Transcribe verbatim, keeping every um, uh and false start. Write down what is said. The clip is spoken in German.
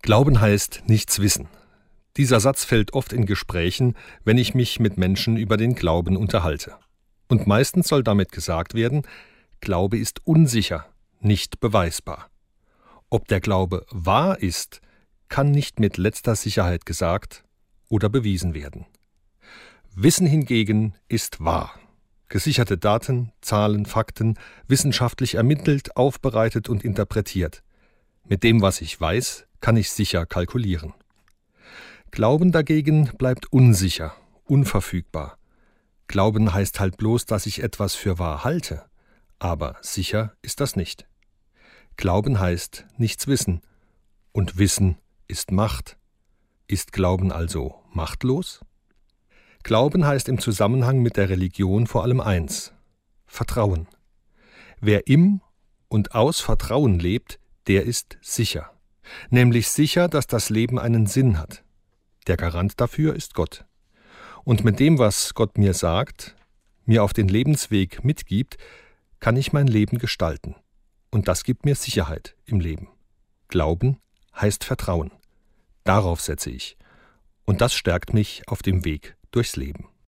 Glauben heißt nichts wissen. Dieser Satz fällt oft in Gesprächen, wenn ich mich mit Menschen über den Glauben unterhalte. Und meistens soll damit gesagt werden, Glaube ist unsicher, nicht beweisbar. Ob der Glaube wahr ist, kann nicht mit letzter Sicherheit gesagt oder bewiesen werden. Wissen hingegen ist wahr. Gesicherte Daten, Zahlen, Fakten, wissenschaftlich ermittelt, aufbereitet und interpretiert. Mit dem, was ich weiß, kann ich sicher kalkulieren. Glauben dagegen bleibt unsicher, unverfügbar. Glauben heißt halt bloß, dass ich etwas für wahr halte, aber sicher ist das nicht. Glauben heißt nichts wissen, und Wissen ist Macht. Ist Glauben also machtlos? Glauben heißt im Zusammenhang mit der Religion vor allem eins: Vertrauen. Wer im und aus Vertrauen lebt, der ist sicher. Nämlich sicher, dass das Leben einen Sinn hat. Der Garant dafür ist Gott. Und mit dem, was Gott mir sagt, mir auf den Lebensweg mitgibt, kann ich mein Leben gestalten. Und das gibt mir Sicherheit im Leben. Glauben heißt Vertrauen. Darauf setze ich. Und das stärkt mich auf dem Weg durchs Leben.